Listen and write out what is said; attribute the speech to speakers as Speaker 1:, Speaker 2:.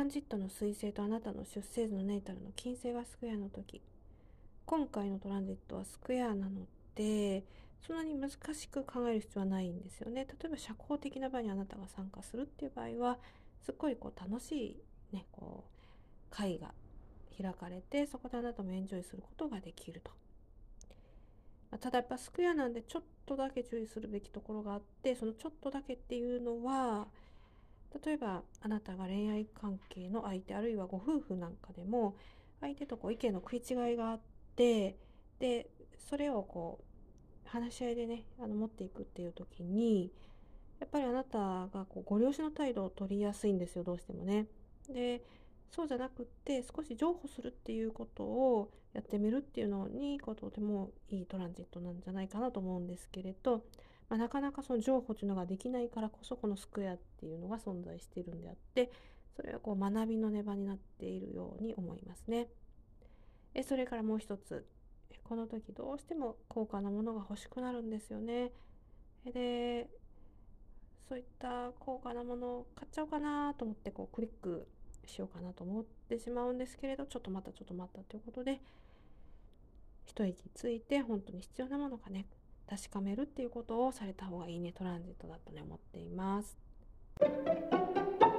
Speaker 1: ランジットの彗星とあなたの出生図のネイタルの金星がスクエアの時、今回のトランジットはスクエアなので、そんなに難しく考える必要はないんですよね。例えば社交的な場にあなたが参加するっていう場合は、すっごい楽しいね、会が開かれて、そこであなたもエンジョイすることができると。ただやっぱスクエアなんでちょっとだけ注意するべきところがあって、そのちょっとだけっていうのは、例えばあなたが恋愛関係の相手、あるいはご夫婦なんかでも相手と意見の食い違いがあって、でそれを話し合いでね持っていくっていう時に、やっぱりあなたがご了承の態度を取りやすいんですよ、どうしてもね。でそうじゃなくって少し譲歩するっていうことをやってみるっていうのにとてもいいトランジットなんじゃないかなと思うんですけれど、なかなかその譲歩というのができないからこそこのスクエアっていうのが存在しているんであって、それは学びのネバになっているように思いますね。それからもう一つ、この時どうしても高価なものが欲しくなるんですよね。でそういった高価なものを買っちゃおうかなと思ってクリックしようかなと思ってしまうんですけれど、ちょっと待ったということで、一息ついて本当に必要なものかね、確かめるっていうことをされた方がいいねトランジットだとね思っています。